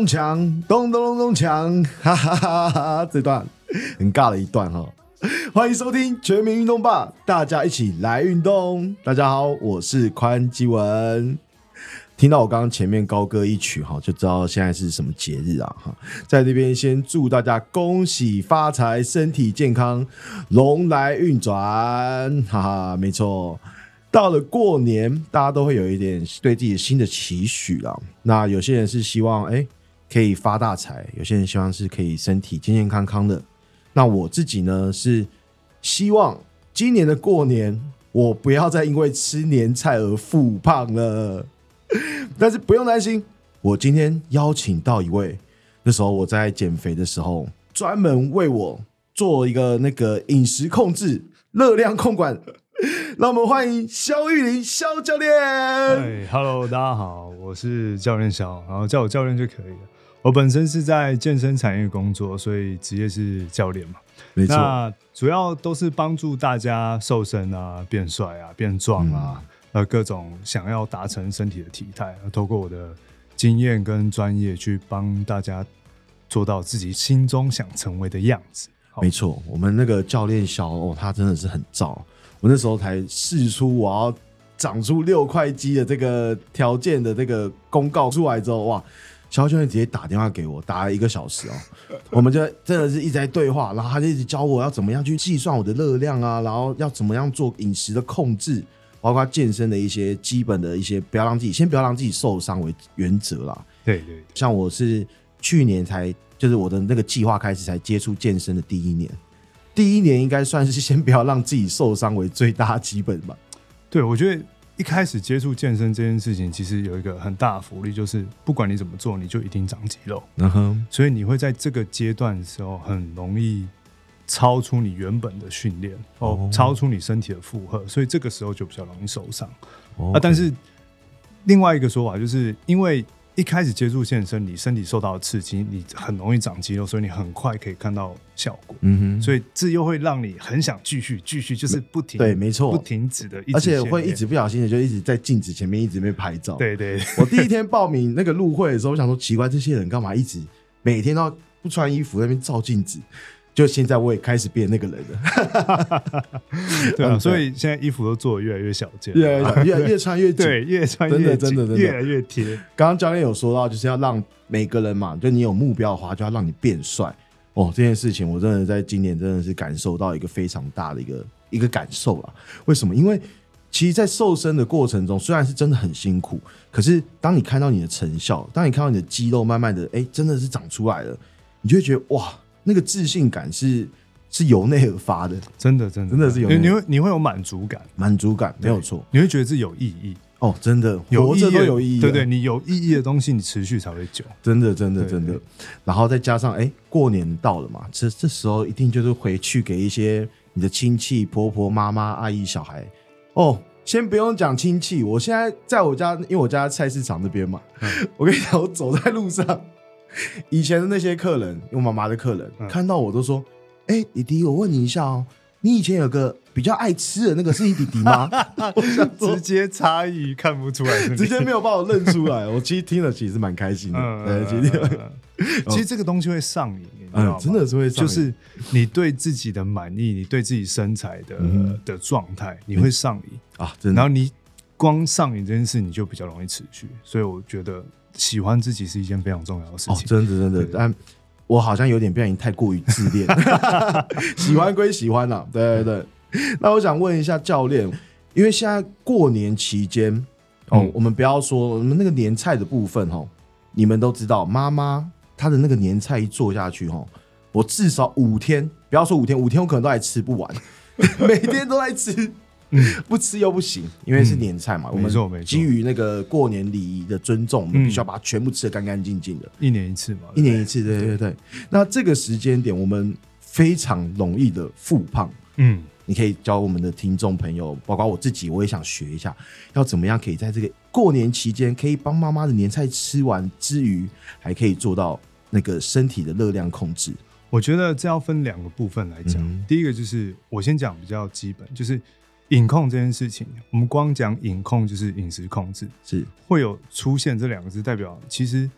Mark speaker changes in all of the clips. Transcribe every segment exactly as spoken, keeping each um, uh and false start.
Speaker 1: 咚锵，咚咚咚咚锵，哈哈哈哈！这段很尬的一段哈。欢迎收听全民运动吧，大家一起来运动。大家好，我是宽基文。听到我刚刚前面高歌一曲哈，就知道现在是什么节日啊哈。在这边先祝大家恭喜发财，身体健康，龙来运转，哈哈，没错。到了过年，大家都会有一点对自己新的期许啦。那有些人是希望哎可以发大财，有些人希望是可以身体健健康康的。那我自己呢是希望今年的过年我不要再因为吃年菜而复胖了。但是不用担心，我今天邀请到一位，那时候我在减肥的时候，专门为我做一个那个饮食控制、热量控管。让我们欢迎萧玉林萧教练。
Speaker 2: 哎 ，Hello， 大家好，我是教练萧，然后叫我教练就可以了。我本身是在健身产业工作，所以职业是教练嘛。
Speaker 1: 没错，
Speaker 2: 那主要都是帮助大家瘦身啊、变帅啊、变壮啊，呃、嗯，各种想要达成身体的体态，透过我的经验跟专业去帮大家做到自己心中想成为的样子。
Speaker 1: 没错，我们那个教练萧哦，他真的是很燥。我那时候才释出我要长出六块肌的这个条件的这个公告出来之后，哇，萧教练直接打电话给我，打了一个小时哦，我们就真的是一直在对话，然后他就一直教我要怎么样去计算我的热量啊，然后要怎么样做饮食的控制，包括健身的一些基本的一些，不要让自己先不要让自己受伤为原则啦。
Speaker 2: 对 对, 对，
Speaker 1: 像我是去年才就是我的那个计划开始才接触健身的第一年。第一年应该算是先不要让自己受伤为最大基本吧。
Speaker 2: 对，我觉得一开始接触健身这件事情，其实有一个很大的福利，就是不管你怎么做，你就一定长肌肉。嗯哼，所以你会在这个阶段的时候，很容易超出你原本的训练，哦，超出你身体的负荷，所以这个时候就比较容易受伤。哦、啊，但是另外一个说法就是，因为一开始接触健身，你身体受到的刺激，你很容易长肌肉，所以你很快可以看到效果。嗯哼，所以这又会让你很想继续继续，就是不停，
Speaker 1: 对，没错，
Speaker 2: 不停止的，
Speaker 1: 而且会一直不小心的就一直在镜子前面一直被拍照。
Speaker 2: 对 对, 对，
Speaker 1: 我第一天报名那个入会的时候，我想说奇怪，这些人干嘛一直每天都要不穿衣服在那边照镜子？就现在我也开始变那个人了。
Speaker 2: 对啊，所以现在衣服都做得越来越小件，
Speaker 1: 越来越越越穿越紧，
Speaker 2: 对，越穿越紧，
Speaker 1: 真的真的真的
Speaker 2: 越来越贴。
Speaker 1: 刚刚教练有说到，就是要让每个人嘛，就你有目标的话，就要让你变帅哦。这件事情我真的在今年真的是感受到一个非常大的一个一个感受啦。为什么？因为其实，在瘦身的过程中，虽然是真的很辛苦，可是当你看到你的成效，当你看到你的肌肉慢慢的，哎，真的是长出来了，你就会觉得哇。那个自信感是是由内而发的，
Speaker 2: 真的真的
Speaker 1: 真的是有
Speaker 2: 你会你会有满足感，
Speaker 1: 满足感没有错，
Speaker 2: 你会觉得自己有意义
Speaker 1: 哦，真的
Speaker 2: 活
Speaker 1: 着都有意义，
Speaker 2: 对对，你有意义的东西，你持续才会久，
Speaker 1: 真的真的真的。然后再加上哎，过年到了嘛，这这时候一定就是回去给一些你的亲戚、婆婆、妈妈、阿姨、小孩哦。先不用讲亲戚，我现在在我家，因为我家菜市场那边嘛，嗯、我跟你讲，我走在路上。以前的那些客人，我妈妈的客人、嗯、看到我都说：“哎、欸，弟弟，我问你一下哦，你以前有个比较爱吃的那个是你弟弟吗？”我想
Speaker 2: 直接差异看不出来，
Speaker 1: 直接没有把我认出来。我其实听了其实蛮开心的。嗯、其实、
Speaker 2: 嗯、其实这个东西会上瘾，你知道吗？
Speaker 1: 嗯、真的是会上瘾，
Speaker 2: 就是你对自己的满意，你对自己身材的、嗯、的状态，你会上瘾、嗯、啊，真的。然后你光上瘾这件事，你就比较容易持续。所以我觉得。喜欢自己是一件非常重要的事情，哦、
Speaker 1: 真的真的，但我好像有点不小心太过于自恋，喜欢归喜欢啦，对对对。那我想问一下教练，因为现在过年期间，哦，嗯、我们不要说我们那个年菜的部分哦，你们都知道，妈妈她的那个年菜一做下去哦，我至少五天，不要说五天，五天我可能都还吃不完，每天都在吃。嗯、不吃又不行，因为是年菜嘛。嗯、我们基于那个过年礼仪的尊重，我们必须要把它全部吃得干干净净的。
Speaker 2: 一年一次嘛，
Speaker 1: 一年一次，对对 对, 對。那这个时间点，我们非常容易的复胖。嗯，你可以教我们的听众朋友，包括我自己，我也想学一下，要怎么样可以在这个过年期间，可以帮妈妈的年菜吃完之余，还可以做到那个身体的热量控制。
Speaker 2: 我觉得这要分两个部分来讲。嗯、第一个就是我先讲比较基本，就是。饮控这件事情，我们光讲饮控就是饮食控制，
Speaker 1: 是会
Speaker 2: 有出现这两个字，代表其实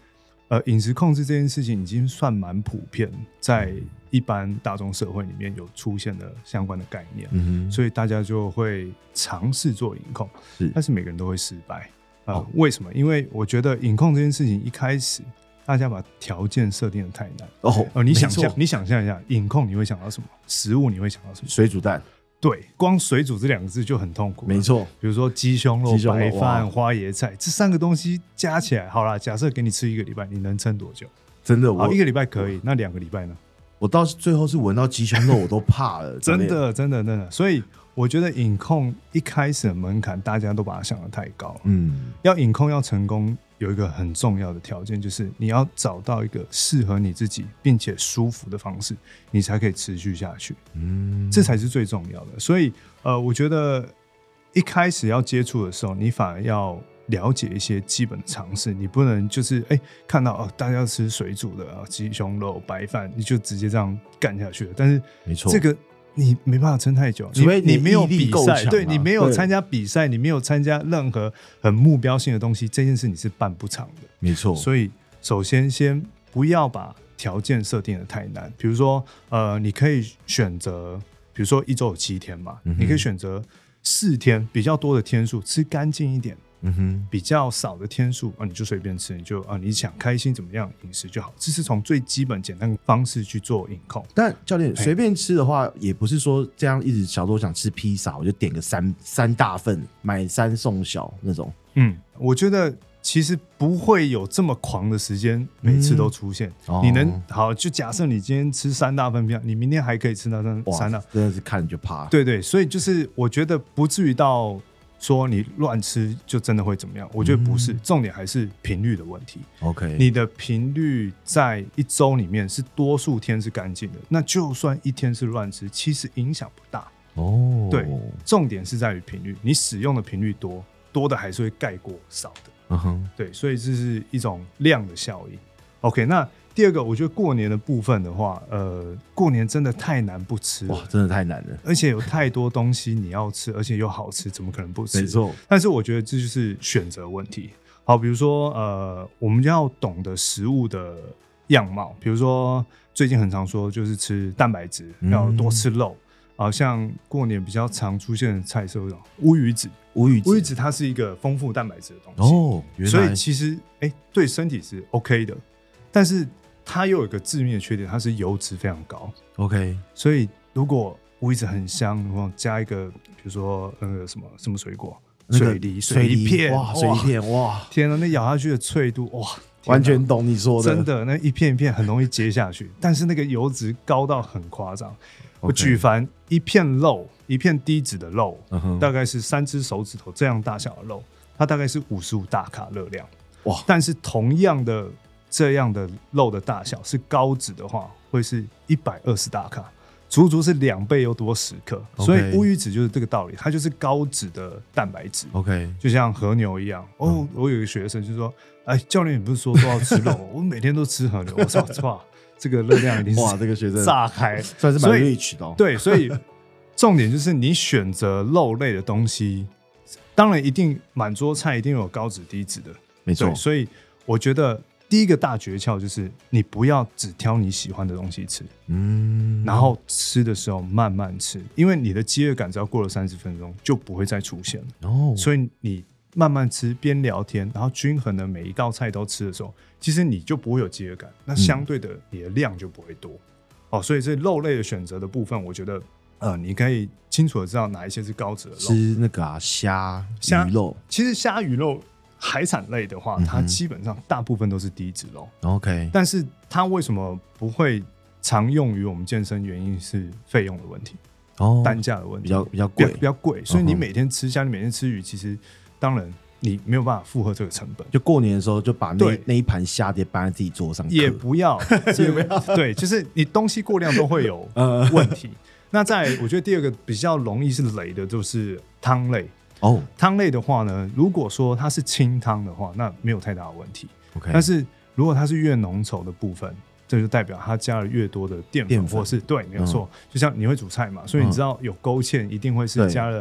Speaker 2: 呃，饮食控制这件事情已经算蛮普遍，在一般大众社会里面有出现了相关的概念，嗯、所以大家就会尝试做饮控，是但是每个人都会失败。呃哦、为什么？因为我觉得饮控这件事情一开始大家把条件设定的太难。哦，呃、你想象，你想象一下，饮控你会想到什么？食物你会想到什么？
Speaker 1: 水煮蛋。
Speaker 2: 对，光水煮这两个字就很痛苦。
Speaker 1: 没错，
Speaker 2: 比如说鸡胸肉、白饭、花椰菜，这三个东西加起来，好啦，假设给你吃一个礼拜，你能撑多久？
Speaker 1: 真的，
Speaker 2: 好，一个礼拜可以，那两个礼拜呢？
Speaker 1: 我到最后是闻到鸡胸肉我都怕了。
Speaker 2: 真的，真的，真的。所以我觉得饮控一开始的门槛，大家都把它想得太高了。嗯，要饮控要成功，有一个很重要的条件，就是你要找到一个适合你自己并且舒服的方式，你才可以持续下去。嗯，这才是最重要的。所以，呃，我觉得一开始要接触的时候，你反而要了解一些基本的常识，你不能就是哎、欸、看到哦大家吃水煮的啊鸡胸肉白饭，你就直接这样干下去了。但是没错，这个你没办法撑太久，
Speaker 1: 除非 你,
Speaker 2: 你没有比赛、啊，
Speaker 1: 对
Speaker 2: 你没有参加比赛，你没有参加任何很目标性的东西，这件事你是办不长的。
Speaker 1: 没错，
Speaker 2: 所以首先先不要把条件设定的太难，比如说呃，你可以选择，比如说一周有七天嘛，嗯、你可以选择四天比较多的天数吃干净一点。嗯哼，比较少的天数、啊、你就随便吃，你就啊，你想开心怎么样饮食就好，这是从最基本简单的方式去做饮控。
Speaker 1: 但教练随便吃的话，也不是说这样一直小多想吃披萨，我就点个三三大份，买三送小那种。
Speaker 2: 嗯，我觉得其实不会有这么狂的时间每次都出现。嗯、你能好就假设你今天吃三大份披萨，你明天还可以吃到三大，
Speaker 1: 真的是看就怕。
Speaker 2: 对对，所以就是我觉得不至于到说你乱吃就真的会怎么样？我觉得不是，嗯、重点还是频率的问题。OK， 你的频率在一周里面是多数天是干净的，那就算一天是乱吃，其实影响不大。哦，对，重点是在于频率，你使用的频率多，多的还是会盖过少的。嗯哼，对，所以这是一种量的效应。OK， 那第二个，我觉得过年的部分的话，呃，过年真的太难不吃了，
Speaker 1: 哇，真的太难了，
Speaker 2: 而且有太多东西你要吃，而且又好吃，怎么可能不吃？
Speaker 1: 没错，
Speaker 2: 但是我觉得这就是选择问题。好，比如说，呃，我们要懂得食物的样貌，比如说最近很常说就是吃蛋白质，要多吃肉。好、嗯、像过年比较常出现的菜色，乌鱼子。
Speaker 1: 乌鱼子，
Speaker 2: 乌鱼子它是一个丰富蛋白质的东西哦，原来所以其实哎、欸，对身体是 OK 的，但是它又有一个致命的缺点，它是油脂非常高。OK， 所以如果乌鱼子很香，然后加一个比如说那个什么什么水果，那个、水梨、水梨片，
Speaker 1: 哇，水梨片，哇，
Speaker 2: 天啊，那咬下去的脆度，哇，
Speaker 1: 完全懂你说的，
Speaker 2: 真的，那一片一片很容易接下去，但是那个油脂高到很夸张。我举凡一片肉，一片低脂的肉，嗯、大概是三只手指头这样大小的肉，它大概是五十五大卡热量。哇！但是同样的这样的肉的大小是高脂的话，会是一百二十大卡，足足是两倍又多十克。Okay. 所以乌鱼子就是这个道理，它就是高脂的蛋白质。OK， 就像和牛一样。哦，嗯、我有一个学生就说：“哎，教练，你不是说都要吃肉？我每天都吃和牛。”我说：“哇！”这个热量一定是
Speaker 1: 哇，这个学生
Speaker 2: 炸开，
Speaker 1: 算是蛮 rich 的、哦。
Speaker 2: 对，所以重点就是你选择肉类的东西，当然一定满桌菜一定有高脂低脂的，
Speaker 1: 没错。
Speaker 2: 所以我觉得第一个大诀窍就是你不要只挑你喜欢的东西吃，嗯，然后吃的时候慢慢吃，因为你的饥饿感只要过了三十分钟就不会再出现了。哦，所以你慢慢吃，边聊天，然后均衡的每一道菜都吃的时候，其实你就不会有饥饿感，那相对的你的量就不会多。嗯哦，所以这肉类的选择的部分，我觉得呃，你可以清楚的知道哪一些是高脂的肉。
Speaker 1: 吃那个啊虾、鱼肉，
Speaker 2: 其实虾、鱼肉、海产类的话，嗯、它基本上大部分都是低脂肉。OK， 但是它为什么不会常用于我们健身？原因是费用的问题，哦，单价的问题，
Speaker 1: 比较比较贵，
Speaker 2: 比较贵。所以你每天吃虾，你每天吃鱼，其实当然。你没有办法负荷这个成本，
Speaker 1: 就过年的时候就把 那, 那一盘虾碟搬在自己桌上，
Speaker 2: 也不要，也不要，对，就是你东西过量都会有问题。那再来我觉得第二个比较容易是雷的，就是汤类。哦，汤类的话呢，如果说它是清汤的话，那没有太大的问题。Okay. 但是如果它是越浓稠的部分，这就代表它加了越多的淀粉，淀粉或是对，没有错、嗯。就像你会煮菜嘛，所以你知道有勾芡一定会是加了。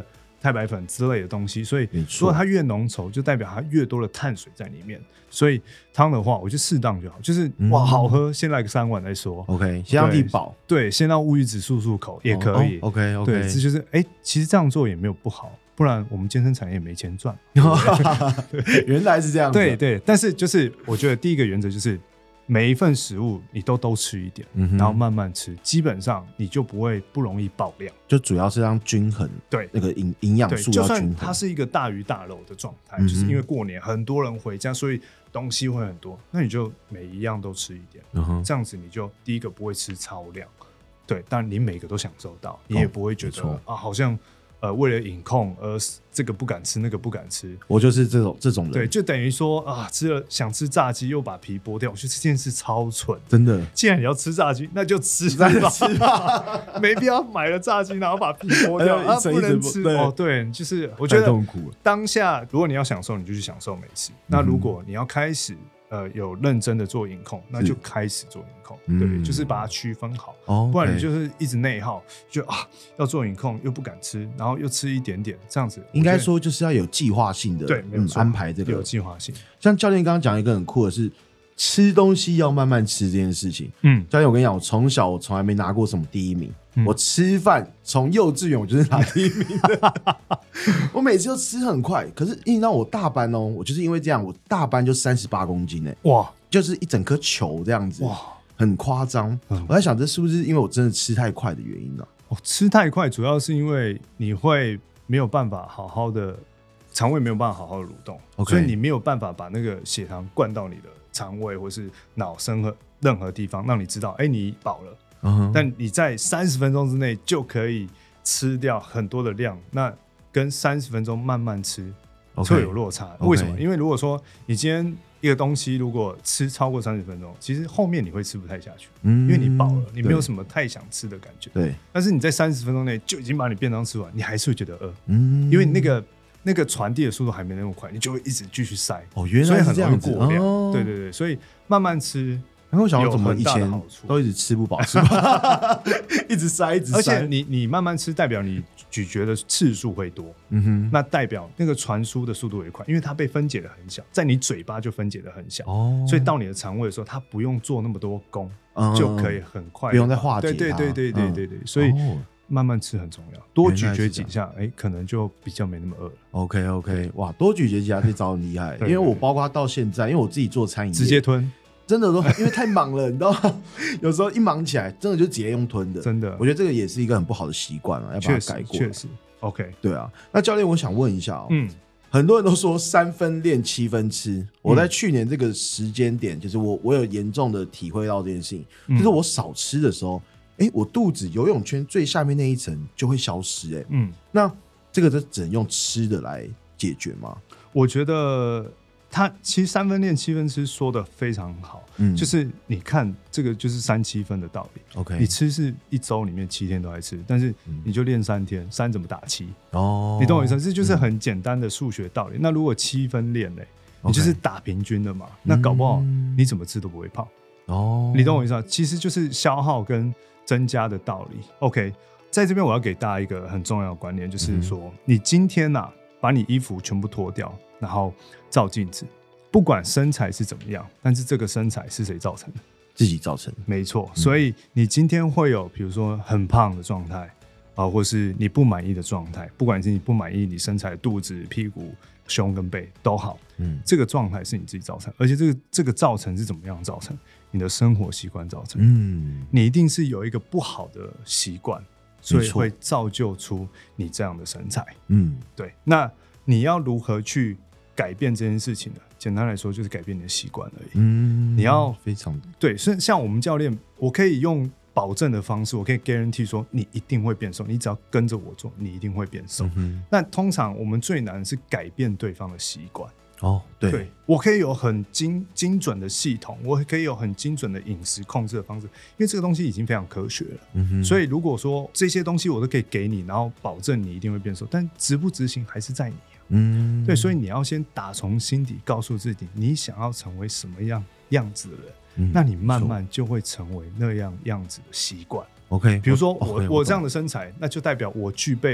Speaker 2: 太白粉之类的东西，所以如果它越浓稠，就代表它越多的碳水在里面。所以汤的话，我就适当就好，就是、嗯、哇好喝，先来个三碗再说。
Speaker 1: OK， 先让自己饱。
Speaker 2: 对，先让乌鱼子漱漱口也可以。
Speaker 1: 哦哦、OK OK，
Speaker 2: 对，这就是哎、欸，其实这样做也没有不好，不然我们健身产业没钱赚。
Speaker 1: 原来是这样子。
Speaker 2: 对对，但是就是我觉得第一个原则就是。每一份食物你都都吃一点、嗯，然后慢慢吃，基本上你就不会不容易爆量。
Speaker 1: 就主要是让均衡，
Speaker 2: 对那
Speaker 1: 个营营养素要均衡。
Speaker 2: 就算它是一个大鱼大肉的状态、嗯，就是因为过年很多人回家，所以东西会很多，那你就每一样都吃一点，嗯、这样子你就第一个不会吃超量，对，但你每个都享受到，你也不会觉得、哦、啊好像。呃，为了饮控而这个不敢吃，那个不敢吃，
Speaker 1: 我就是这种这种人。
Speaker 2: 对，就等于说啊，吃了想吃炸鸡又把皮剥掉，我觉得这件事超蠢。
Speaker 1: 真的，
Speaker 2: 既然你要吃炸鸡，那就吃吧，吃吧，没必要买了炸鸡然后把皮剥掉，啊不能吃。对哦，对，就是我觉得
Speaker 1: 痛苦了。
Speaker 2: 当下如果你要享受，你就去享受美食。嗯、那如果你要开始。呃，有认真的做饮控，那就开始做饮控，对、嗯，就是把它区分好，哦、不然你就是一直内耗，就啊要做饮控又不敢吃，然后又吃一点点，这样子
Speaker 1: 应该说就是要有计划性的，
Speaker 2: 对，没有、嗯、
Speaker 1: 安排这个
Speaker 2: 有计划性。
Speaker 1: 像教练刚刚讲一个很酷的是，吃东西要慢慢吃这件事情。嗯，教练我跟你讲，我从小我从来没拿过什么第一名，嗯、我吃饭从幼稚园我就是拿第一名的。我每次都吃很快，可是你知道我大班哦，我就是因为这样，我大班就三十八公斤哎，哇，就是一整颗球这样子，哇，很夸张、嗯。我在想，这是不是因为我真的吃太快的原因呢、啊？
Speaker 2: 哦，吃太快主要是因为你会没有办法好好的，肠胃没有办法好好的蠕动， okay. 所以你没有办法把那个血糖灌到你的肠胃或是脑身和任何地方，让你知道，哎、欸，你饱了。嗯、但你在三十分钟之内就可以吃掉很多的量，那跟三十分钟慢慢吃会有落差。Okay. 为什么？因为如果说你今天一个东西如果吃超过三十分钟，其实后面你会吃不太下去，嗯、因为你饱了，你没有什么太想吃的感觉。对。但是你在三十分钟内就已经把你便当吃完，你还是会觉得饿，嗯、因为你那个那个传递的速度还没那么快，你就会一直继续塞。
Speaker 1: 哦，原来是这样子，
Speaker 2: 所以很容易过量。哦、对对对，所以慢慢吃。
Speaker 1: 然后我想要怎么以前都一直吃不饱，吃不饱一直塞一直塞，
Speaker 2: 而且你你慢慢吃，代表你咀嚼的次数会多，嗯哼，那代表那个传输的速度也快，因为它被分解的很小，在你嘴巴就分解的很小，哦，所以到你的肠胃的时候，它不用做那么多功，嗯、就可以很快
Speaker 1: 不用再化解它，
Speaker 2: 对对对对对对对，嗯、所以。哦慢慢吃很重要，多咀嚼几下，哎、欸，可能就比较没那么饿了。
Speaker 1: OK OK， 哇，多咀嚼几下这招很厉害，因为我包括到现在，因为我自己做餐饮业，
Speaker 2: 直接吞，
Speaker 1: 真的都因为太忙了，你知道吗？有时候一忙起来，真的就直接用吞的，
Speaker 2: 真的。
Speaker 1: 我觉得这个也是一个很不好的习惯啊，要把它改过。
Speaker 2: 确实 ，OK，
Speaker 1: 对啊。那教练，我想问一下哦，嗯，很多人都说三分练七分吃，我在去年这个时间点，就是我我有严重的体会到这件事情，嗯、就是我少吃的时候。哎，我肚子游泳圈最下面那一层就会消失，哎，嗯，那这个就只能用吃的来解决吗？
Speaker 2: 我觉得他其实三分练七分吃说的非常好，嗯，就是你看这个就是三七分的道理。OK， 你吃是一周里面七天都在吃，但是你就练三天，三怎么打七？哦，你懂我意思？这就是很简单的数学道理。嗯、那如果七分练嘞，你就是打平均的嘛， okay. 那搞不好你怎么吃都不会胖。哦，你懂我意思吗？其实就是消耗跟增加的道理。 OK， 在这边我要给大家一个很重要的观念，就是说、嗯、你今天啊把你衣服全部脱掉，然后照镜子，不管身材是怎么样，但是这个身材是谁造成的？
Speaker 1: 自己造成的，
Speaker 2: 没错、嗯、所以你今天会有比如说很胖的状态啊，或是你不满意的状态，不管是你不满意你身材的肚子、屁股、胸跟背都好，嗯，这个状态是你自己造成，而且这个这个造成是怎么样造成？你的生活习惯造成，嗯，你一定是有一个不好的习惯，所以会造就出你这样的身材，嗯，对。那你要如何去改变这件事情呢？简单来说，就是改变你的习惯而已。嗯，你要
Speaker 1: 非常
Speaker 2: 对，所以像我们教练，我可以用保证的方式，我可以 guarantee 说你一定会变瘦，你只要跟着我做，你一定会变瘦。嗯、那通常我们最难的是改变对方的习惯。
Speaker 1: 哦，对，
Speaker 2: 对，我可以有很 精, 精准的系统，我可以有很精准的饮食控制的方式，因为这个东西已经非常科学了。嗯、所以如果说这些东西我都可以给你，然后保证你一定会变瘦，但执不执行还是在你、啊。嗯，对，所以你要先打从心底告诉自己，你想要成为什么样样子的人、嗯，那你慢慢就会成为那样样子的习惯。
Speaker 1: OK，
Speaker 2: 比如说我、okay, 我这样的身材，那就代表我具备了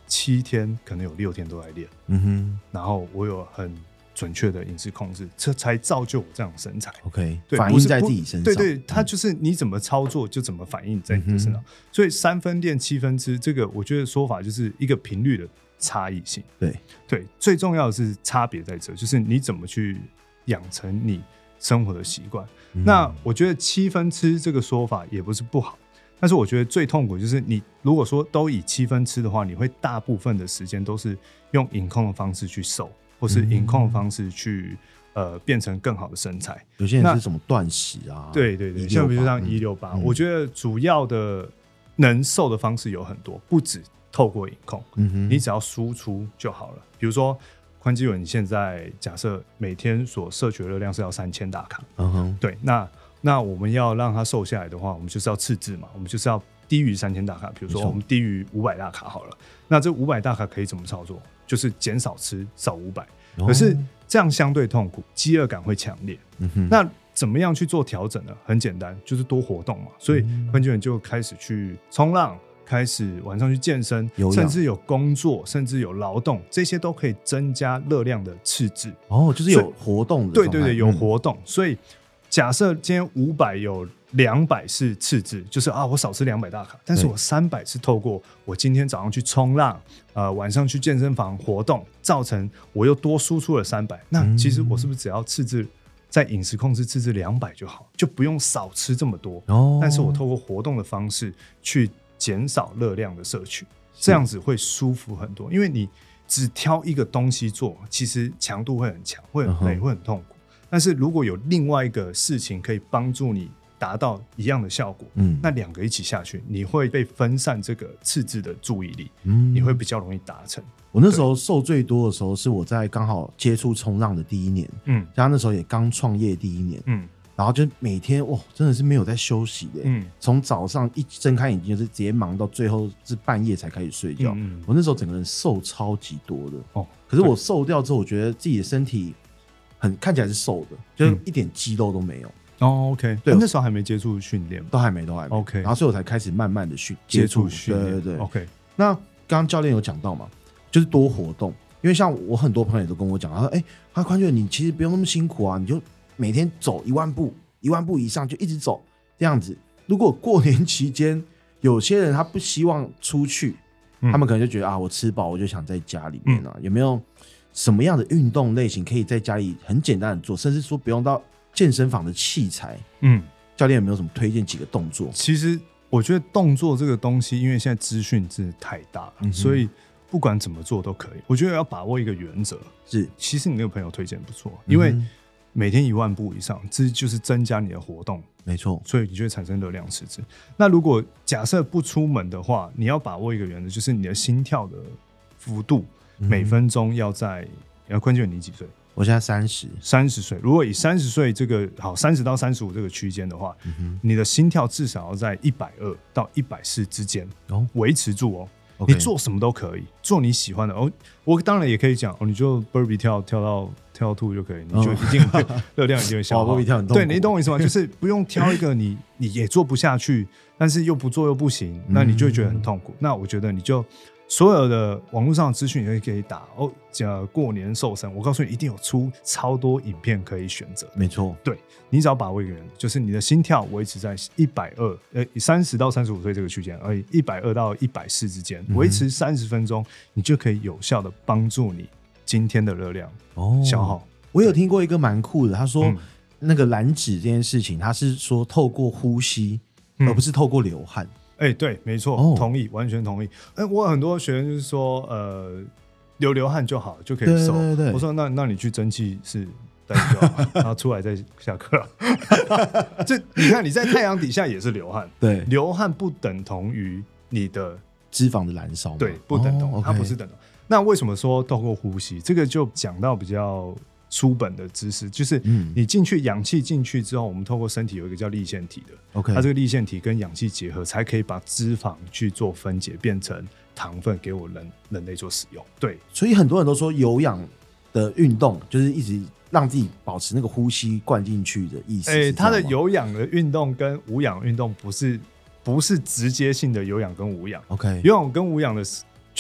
Speaker 2: 七天可能有六天都在练，嗯哼，然后我有很准确的饮食控制，这才造就我这样的身材。
Speaker 1: OK， 反映在自己身上。
Speaker 2: 对对，它就是你怎么操作就怎么反映在你的身上。嗯、所以三分练七分吃，这个我觉得说法就是一个频率的差异性。
Speaker 1: 对
Speaker 2: 对，最重要的是差别在这，就是你怎么去养成你生活的习惯。嗯、那我觉得七分吃这个说法也不是不好。但是我觉得最痛苦就是你如果说都以七分吃的话，你会大部分的时间都是用饮控的方式去瘦，或是饮控的方式去、嗯、呃变成更好的身材。
Speaker 1: 有些人是什么断食啊？对
Speaker 2: 对对，像比如说像一六八，我觉得主要的能瘦的方式有很多，不止透过饮控、嗯，你只要输出就好了。比如说宽基文，你现在假设每天所摄取的热量是要三千大卡，嗯哼，对，那。那我们要让它瘦下来的话，我们就是要赤字嘛，我们就是要低于三千大卡，比如说我们低于五百大卡好了。那这五百大卡可以怎么操作？就是减少吃，少五百。可是这样相对痛苦，饥饿感会强烈。嗯、那怎么样去做调整呢？很简单，就是多活动嘛。所以关键人就开始去冲浪，开始晚上去健身，甚至有工作，甚至有劳动，这些都可以增加热量的赤字。
Speaker 1: 哦，就是有活动的。
Speaker 2: 对对对，有活动，嗯、所以。假设今天五百有两百是赤字，就是啊，我少吃两百大卡，但是我三百是透过我今天早上去冲浪，呃，晚上去健身房活动，造成我又多输出了三百。那其实我是不是只要赤字在饮食控制赤字两百就好，就不用少吃这么多？哦，但是我透过活动的方式去减少热量的摄取，这样子会舒服很多。因为你只挑一个东西做，其实强度会很强，会很累，嗯、会很痛苦。但是如果有另外一个事情可以帮助你达到一样的效果，嗯、那两个一起下去，你会被分散这个赤字的注意力，嗯、你会比较容易达成。
Speaker 1: 我那时候瘦最多的时候是我在刚好接触冲浪的第一年，嗯，加上那时候也刚创业第一年，嗯，然后就每天哇，真的是没有在休息的，嗯，从早上一睁开眼睛就是直接忙到最后是半夜才开始睡觉，嗯、我那时候整个人瘦超级多的，哦，可是我瘦掉之后，我觉得自己的身体很看起来是瘦的，就是一点肌肉都没有。
Speaker 2: 嗯、哦 ，OK， 对，那时候还没接触训练，
Speaker 1: 都还没，都还没 ，OK， 然后所以我才开始慢慢的去接触训练，对对对
Speaker 2: ，OK。
Speaker 1: 那刚刚教练有讲到嘛，就是多活动，因为像我很多朋友也都跟我讲，他说：“哎、欸，他宽觉你其实不用那么辛苦啊，你就每天走一万步，一万步以上就一直走这样子。如果过年期间有些人他不希望出去，嗯、他们可能就觉得啊，我吃饱我就想在家里面啊，嗯、有没有？”什么样的运动类型可以在家里很简单的做，甚至说不用到健身房的器材？嗯，教练有没有什么推荐几个动作？
Speaker 2: 其实我觉得动作这个东西，因为现在资讯真的太大了，嗯、所以不管怎么做都可以。我觉得要把握一个原则，是其实你那个朋友推荐不错，因为每天一万步以上，这就是增加你的活动，
Speaker 1: 没错，
Speaker 2: 所以你就会产生热量赤字。那如果假设不出门的话，你要把握一个原则，就是你的心跳的幅度。每分钟要在，要关键你几岁？
Speaker 1: 我现在三十，
Speaker 2: 三十岁。如果以三十岁这个好，三十到三十五这个区间的话，嗯、你的心跳至少要在一百二到一百四之间维持住哦。Okay. 你做什么都可以，做你喜欢的哦。我当然也可以讲哦，你就 burpee 跳跳到跳到吐就可以，你就一定会热量一定会消耗。
Speaker 1: burpee 跳很痛苦，
Speaker 2: 对，你懂我意思吗？就是不用挑一个你你也做不下去，但是又不做又不行，那你就会觉得很痛苦。嗯、那我觉得你就。所有的网络上的资讯你可以打哦，讲过年瘦身，我告诉你一定有出超多影片可以选择。
Speaker 1: 没错，
Speaker 2: 对，你只要把握一个人，就是你的心跳维持在一百二，呃，三十到三十五岁这个区间，而一百二到一百四之间，维持三十分钟，你就可以有效的帮助你今天的热量消耗。哦、
Speaker 1: 我有听过一个蛮酷的，他说、嗯、那个燃脂这件事情，他是说透过呼吸，嗯、而不是透过流汗。
Speaker 2: 哎、欸，对，没错，哦、同意，完全同意。哎、欸，我很多学生就是说，呃，流流汗就好，就可以瘦。
Speaker 1: 对对对，
Speaker 2: 我说那那你去蒸汽室待就好，然后出来再下课。这你看你在太阳底下也是流汗，
Speaker 1: 对，
Speaker 2: 流汗不等同于你的
Speaker 1: 脂肪的燃烧，
Speaker 2: 对，不等同，
Speaker 1: 哦、
Speaker 2: 它不是等同。那为什么说透过呼吸？这个就讲到比较。书本的知识就是你进去氧气进去之后，我们透过身体有一个叫粒线体的
Speaker 1: ，OK，
Speaker 2: 它这个粒线体跟氧气结合，才可以把脂肪去做分解，变成糖分给我人人类做使用。对，
Speaker 1: 所以很多人都说有氧的运动就是一直让自己保持那个呼吸灌进去的意思。
Speaker 2: 欸、它的有氧的运动跟无氧运动不是不是直接性的有氧跟无氧
Speaker 1: ，OK，
Speaker 2: 有氧跟无氧的。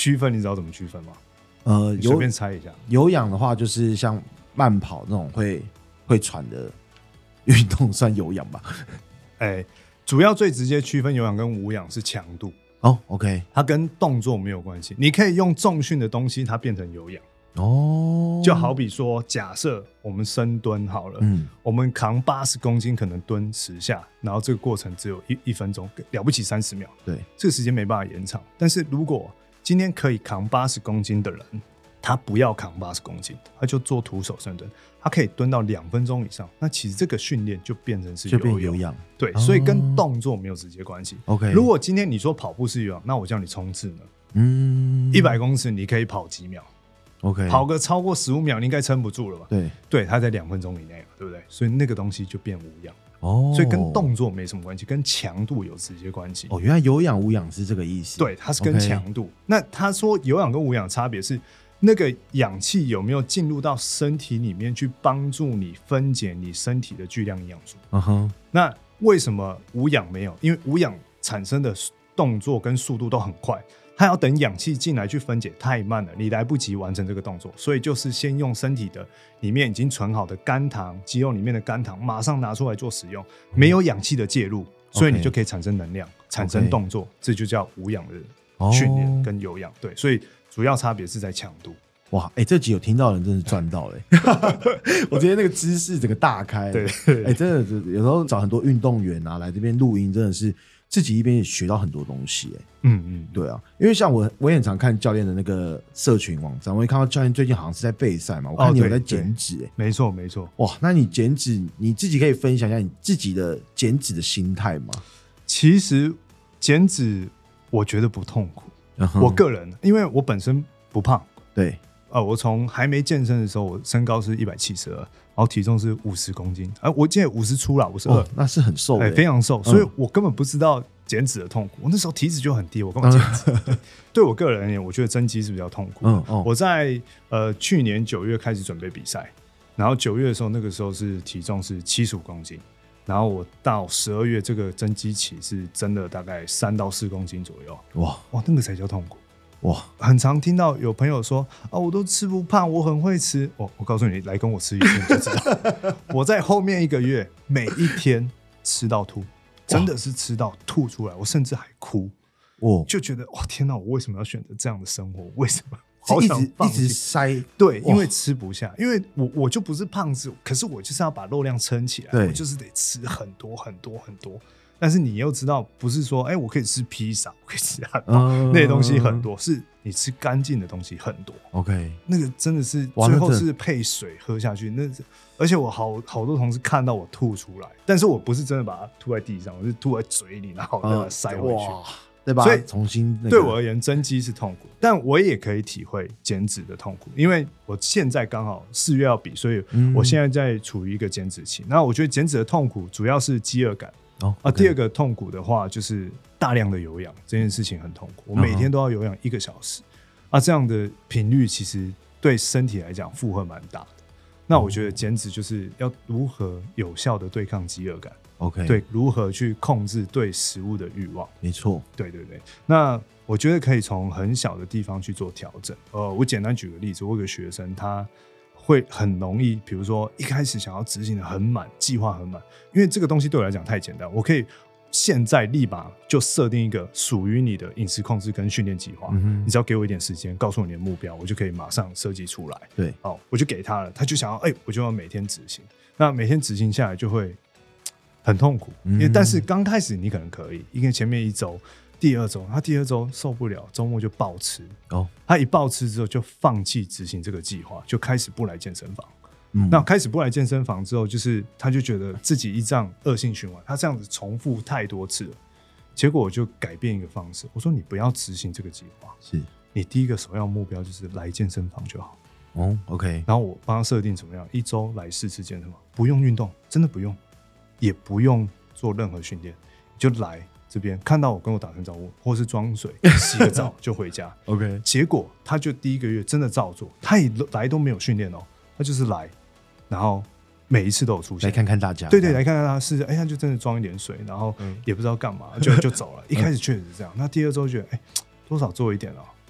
Speaker 2: 区分你知道怎么区分吗？
Speaker 1: 呃，
Speaker 2: 随便猜一下。
Speaker 1: 有氧的话，就是像慢跑那种会会喘的运动，算有氧吧？
Speaker 2: 哎，主要最直接区分有氧跟无氧是强度。
Speaker 1: 哦 ，OK，
Speaker 2: 它跟动作没有关系。你可以用重训的东西，它变成有氧。
Speaker 1: 哦，
Speaker 2: 就好比说，假设我们深蹲好了，嗯，我们扛八十公斤，可能蹲十下，然后这个过程只有一一分钟，了不起三十秒，
Speaker 1: 对，
Speaker 2: 这个时间没办法延长。但是如果今天可以扛八十公斤的人，他不要扛八十公斤，他就做徒手深蹲，他可以蹲到两分钟以上。那其实这个训练就变成是有氧，
Speaker 1: 就变有氧，
Speaker 2: 对，哦，所以跟动作没有直接关系。
Speaker 1: OK，
Speaker 2: 如果今天你说跑步是有氧，那我叫你冲刺呢？嗯，一百公尺你可以跑几秒？ OK， 跑个超过十五秒，你应该撑不住了吧？对，对，它在两分钟以内嘛，对不对？所以那个东西就变无氧。哦，所以跟动作没什么关系，跟强度有直接关系。
Speaker 1: 哦，原来有氧无氧是这个意思。
Speaker 2: 对，它是跟强度。Okay，那他说有氧跟无氧差别是那个氧气有没有进入到身体里面去帮助你分解你身体的巨量营养素。嗯哼。那为什么无氧没有？因为无氧产生的动作跟速度都很快。它要等氧气进来去分解太慢了，你来不及完成这个动作，所以就是先用身体的里面已经存好的肝糖，肌肉里面的肝糖马上拿出来做使用，没有氧气的介入，所以你就可以产生能量， okay， 产生动作，这就叫无氧的训练跟有氧。对，所以主要差别是在强度。
Speaker 1: 哇，哎、欸，这集有听到的人真是赚到了、欸！我今天那个知识整个大开，
Speaker 2: 对，
Speaker 1: 哎、欸，真的是有时候找很多运动员啊来这边录音，真的是自己一边也学到很多东西、欸，哎，嗯嗯，对啊，因为像我我也很常看教练的那个社群网站，我也看到教练最近好像是在备赛嘛，我看你有在减脂、欸，哎、哦，
Speaker 2: 没错没错，
Speaker 1: 哇，那你减脂你自己可以分享一下你自己的减脂的心态吗？
Speaker 2: 其实减脂我觉得不痛苦，嗯、我个人因为我本身不胖，
Speaker 1: 对。
Speaker 2: 呃，我从还没健身的时候，我身高是一百七十二，然后体重是五十公斤，啊、呃，我现在五十出了，五十二，
Speaker 1: 那是很瘦的、欸，
Speaker 2: 非常瘦，所以我根本不知道减脂的痛苦。我那时候体脂就很低，我干嘛减脂？嗯、对我个人而言，我觉得增肌是比较痛苦的。嗯哦、我在呃去年九月开始准备比赛，然后九月的时候，那个时候是体重是七十五公斤，然后我到十二月这个增肌期是增了大概三到四公斤左右。哇哇，那个才叫痛苦。哇，很常听到有朋友说啊，我都吃不胖，我很会吃。我我告诉你，来跟我吃一次你就知道。我在后面一个月，每一天吃到吐，真的是吃到吐出来，我甚至还哭。我就觉得哇，天哪，我为什么要选择这样的生活？为什么？好想放弃，
Speaker 1: 一直塞，
Speaker 2: 对，因为吃不下，因为我我就不是胖子，可是我就是要把肉量撑起来，我就是得吃很多很多很多。但是你又知道，不是说，哎、欸，我可以吃披萨，我可以吃汉堡，嗯、那些东西很多，是你吃干净的东西很多。OK， 那个真的是最后是配水喝下去，那而且我好好多同事看到我吐出来，但是我不是真的把它吐在地上，我是吐在嘴里，然后再把它塞回去。嗯
Speaker 1: 对吧？所以重新、那个、
Speaker 2: 对我而言，增肌是痛苦，但我也可以体会减脂的痛苦，因为我现在刚好四月要比，所以我现在在处于一个减脂期。那、嗯、我觉得减脂的痛苦主要是饥饿感。哦 okay 啊，第二个痛苦的话就是大量的有氧，这件事情很痛苦。我每天都要有氧一个小时，啊，这样的频率其实对身体来讲负荷蛮大的。那我觉得减脂就是要如何有效的对抗饥饿感。OK， 对，如何去控制对食物的欲望？
Speaker 1: 没错，
Speaker 2: 对对对。那我觉得可以从很小的地方去做调整。呃，我简单举个例子，我有个学生，他会很容易，比如说一开始想要执行的很满，计划很满，因为这个东西对我来讲太简单，我可以现在立马就设定一个属于你的饮食控制跟训练计划。嗯、你只要给我一点时间，告诉我你的目标，我就可以马上设计出来。对，哦，我就给他了，他就想要，哎、欸，我就要每天执行。那每天执行下来就会很痛苦，因为但是刚开始你可能可以，因为前面一周、第二周，他第二周受不了，周末就暴吃。哦，他一暴吃之后就放弃执行这个计划，就开始不来健身房。嗯，那开始不来健身房之后，就是他就觉得自己一这样恶性循环，他这样子重复太多次了。结果我就改变一个方式，我说你不要执行这个计划，是你第一个首要目标就是来健身房就好。哦 ，OK。然后我帮他设定怎么样，一周来四次健身房，不用运动，真的不用。也不用做任何训练，就来这边看到我跟我打声招呼，或是装水洗个澡就回家。OK， 结果他就第一个月真的照做，他一来都没有训练哦，他就是来，然后每一次都有出现，
Speaker 1: 来看看大家，
Speaker 2: 对对，来看看他是，哎，他就真的装一点水，然后也不知道干嘛，就就走了。一开始确实是这样，那第二周觉得，哎，多少做一点了、哦，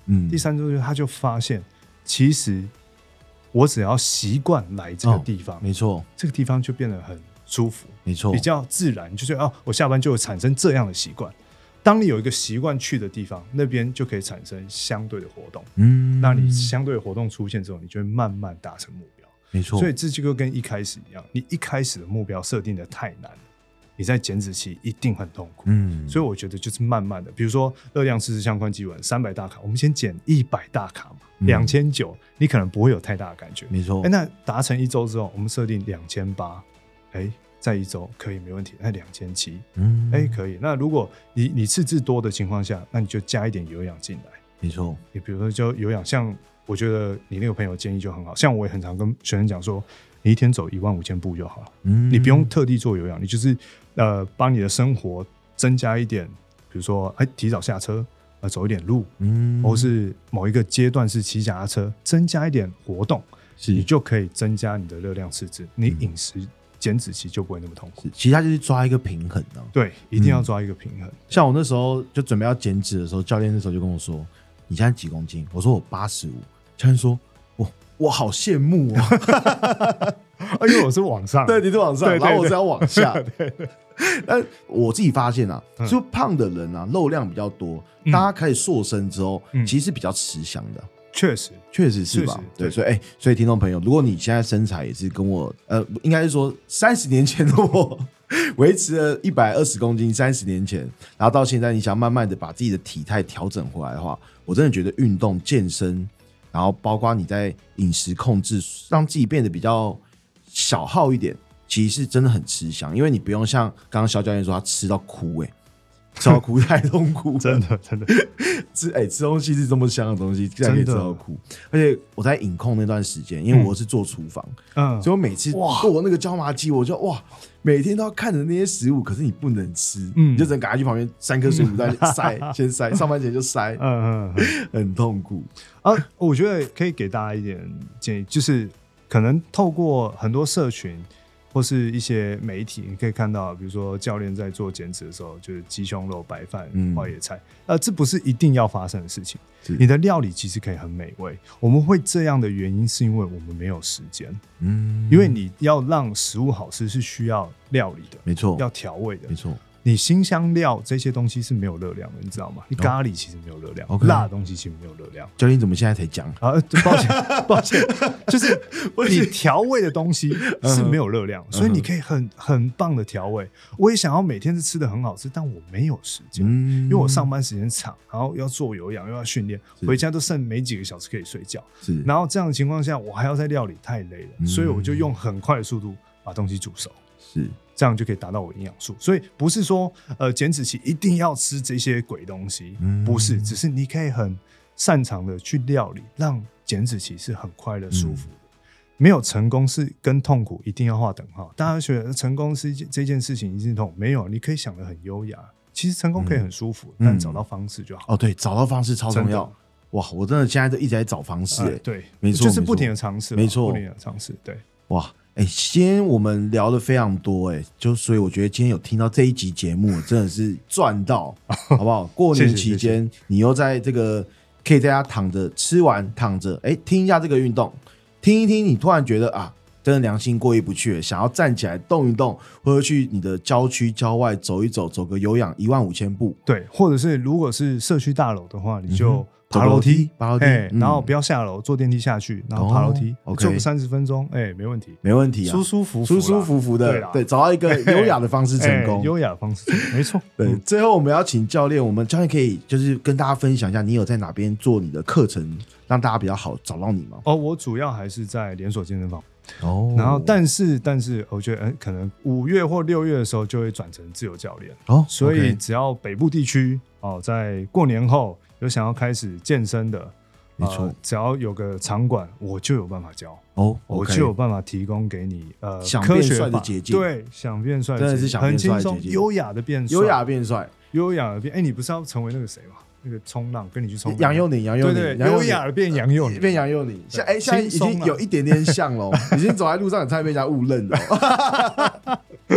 Speaker 2: 嗯，第三周就他就发现，其实我只要习惯来这个地方，哦，
Speaker 1: 没错，
Speaker 2: 这个地方就变得很舒服，
Speaker 1: 没错，
Speaker 2: 比较自然，就是哦，我下班就会产生这样的习惯。当你有一个习惯去的地方，那边就可以产生相对的活动。嗯，那你相对的活动出现之后，你就会慢慢达成目标。
Speaker 1: 没错，
Speaker 2: 所以这就跟一开始一样，你一开始的目标设定的太难了，你在减脂期一定很痛苦。嗯，所以我觉得就是慢慢的，比如说热量四十相关基文三百大卡，我们先减一百大卡嘛，两千九，你可能不会有太大的感觉。
Speaker 1: 没错，
Speaker 2: 哎，那达成一周之后，我们设定两千八，哎。在一周可以没问题，那两千七，嗯，哎，可以。那如果你你赤字多的情况下，那你就加一点有氧进来，
Speaker 1: 没错。
Speaker 2: 你比如说就有氧，像我觉得你那个朋友建议就很好，像我也很常跟学生讲说，你一天走一万五千步就好了，嗯，你不用特地做有氧，你就是呃帮你的生活增加一点，比如说哎提早下车，呃走一点路，嗯，或是某一个阶段是骑脚踏车，增加一点活动，你就可以增加你的热量赤字，你饮食。嗯减脂期就不会那么痛苦，
Speaker 1: 其实它就是抓一个平衡的，
Speaker 2: 对，一定要抓一个平衡。嗯，
Speaker 1: 像我那时候就准备要减脂的时候，教练那时候就跟我说：“你现在几公斤？”我说：“我八十五。”教练说：“我我好羡慕哦，
Speaker 2: 因为我是往上，
Speaker 1: 对，你是往上，
Speaker 2: 对对对，
Speaker 1: 然后我是要往下。
Speaker 2: 对对对，
Speaker 1: 但我自己发现啊，嗯，就胖的人啊，肉量比较多，当他开始瘦身之后，嗯，其实是比较吃香的。
Speaker 2: 确实，
Speaker 1: 确实是吧？对，所以，哎，欸，所以听众朋友，如果你现在身材也是跟我，呃，应该是说三十年前的我维持了一百二十公斤，三十年前，然后到现在，你想慢慢的把自己的体态调整回来的话，我真的觉得运动、健身，然后包括你在饮食控制，让自己变得比较小耗一点，其实是真的很吃香，因为你不用像刚刚肖教练说，他吃到哭，哎。吃到哭太痛苦，
Speaker 2: 真的真的
Speaker 1: 吃哎、欸、吃东西是这么香的东西，竟然可以吃到哭。而且我在饮控那段时间，因为我是做厨房，嗯，所以我每次做那个椒麻鸡，我就哇，每天都要看着那些食物，可是你不能吃，嗯，你就只能赶快去旁边三颗水煮蛋塞，先塞，上班前就塞，嗯嗯，很痛苦
Speaker 2: 啊。我觉得可以给大家一点建议，就是可能透过很多社群。或是一些媒体，你可以看到，比如说教练在做减脂的时候，就是鸡胸肉、白饭、花椰菜，呃，这不是一定要发生的事情。你的料理其实可以很美味。我们会这样的原因，是因为我们没有时间。嗯，因为你要让食物好吃，是需要料理的，
Speaker 1: 没错，
Speaker 2: 要调味的，
Speaker 1: 没错。
Speaker 2: 你辛香料这些东西是没有热量的，你知道吗？你咖喱其实没有热量， okay. 辣的东西其实没有热量。
Speaker 1: 教练怎么现在才讲
Speaker 2: 啊？抱歉，抱歉，就是你调味的东西是没有热量，所以你可以很很棒的调味。我也想要每天是吃的很好吃，但我没有时间，嗯，因为我上班时间长，然后要做有氧又要训练，回家都剩没几个小时可以睡觉。是，然后这样的情况下，我还要在料理，太累了，嗯，所以我就用很快的速度把东西煮熟。是。这样就可以达到我营养素，所以不是说呃减脂期一定要吃这些鬼东西，嗯，不是，只是你可以很擅长的去料理，让减脂期是很快乐舒服的。嗯，没有成功是跟痛苦一定要画等号。大家觉得成功是这件事情一定痛，没有，你可以想得很优雅。其实成功可以很舒服，嗯，但找到方式就好。
Speaker 1: 哦，对，找到方式超重要。哇，我真的现在都一直在找方式，欸呃，
Speaker 2: 对，
Speaker 1: 没错，
Speaker 2: 就是不停的尝试，
Speaker 1: 没错，
Speaker 2: 不停的尝试，对，
Speaker 1: 哇。哎、欸，今天我们聊的非常多，哎，就所以我觉得今天有听到这一集节目，真的是赚到，好不好？过年期间，你又在这个可以在家躺着吃完躺着，哎、欸，听一下这个运动，听一听，你突然觉得啊，真的良心过意不去，想要站起来动一动，或者去你的郊区郊外走一走，走个有氧一万五千步，
Speaker 2: 对，或者是如果是社区大楼的话，你就、嗯。爬楼梯，
Speaker 1: 爬楼梯，
Speaker 2: 嗯，然后不要下楼，坐电梯下去，然后爬楼梯，哦 okay，做个三十分钟，哎，没问题，
Speaker 1: 没问题啊，
Speaker 2: 舒舒服服，
Speaker 1: 舒舒服服的，对，对，找到一个优雅的方式成功，
Speaker 2: 优雅的方式，没错。
Speaker 1: 对，嗯，最后我们要请教练，我们教练可以就是跟大家分享一下，你有在哪边做你的课程，让大家比较好找到你吗？
Speaker 2: 哦，我主要还是在连锁健身房。哦，然后但是但是我觉得，嗯，可能五月或六月的时候就会转成自由教练哦，所以只要北部地区哦，在过年后有想要开始健身的，
Speaker 1: 没错，
Speaker 2: 呃，只要有个场馆，我就有办法教
Speaker 1: 哦，
Speaker 2: okay，我就有办法提供给你呃
Speaker 1: 想变帅的捷径，
Speaker 2: 对，想变帅
Speaker 1: 真的是想变帅的捷径，
Speaker 2: 很轻松，优雅的变帅，
Speaker 1: 优雅变帅，
Speaker 2: 优雅的变。哎，你不是要成为那个谁吗？那个冲浪，跟你去冲浪，
Speaker 1: 杨佑宁，杨佑宁，
Speaker 2: 对对，优雅的变杨佑宁，
Speaker 1: 变杨佑宁，现哎，现在已经有一点点像喽，已经走在路上，你差点被人家误认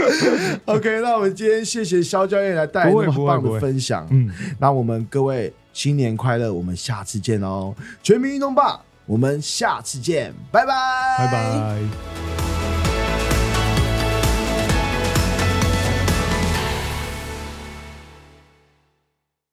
Speaker 1: 了。OK， 那我们今天谢谢肖教练来带来那么棒的分享，嗯，那我们各位新年快乐，我们下次见哦！全民运动吧，我们下次见，拜拜，
Speaker 2: 拜拜。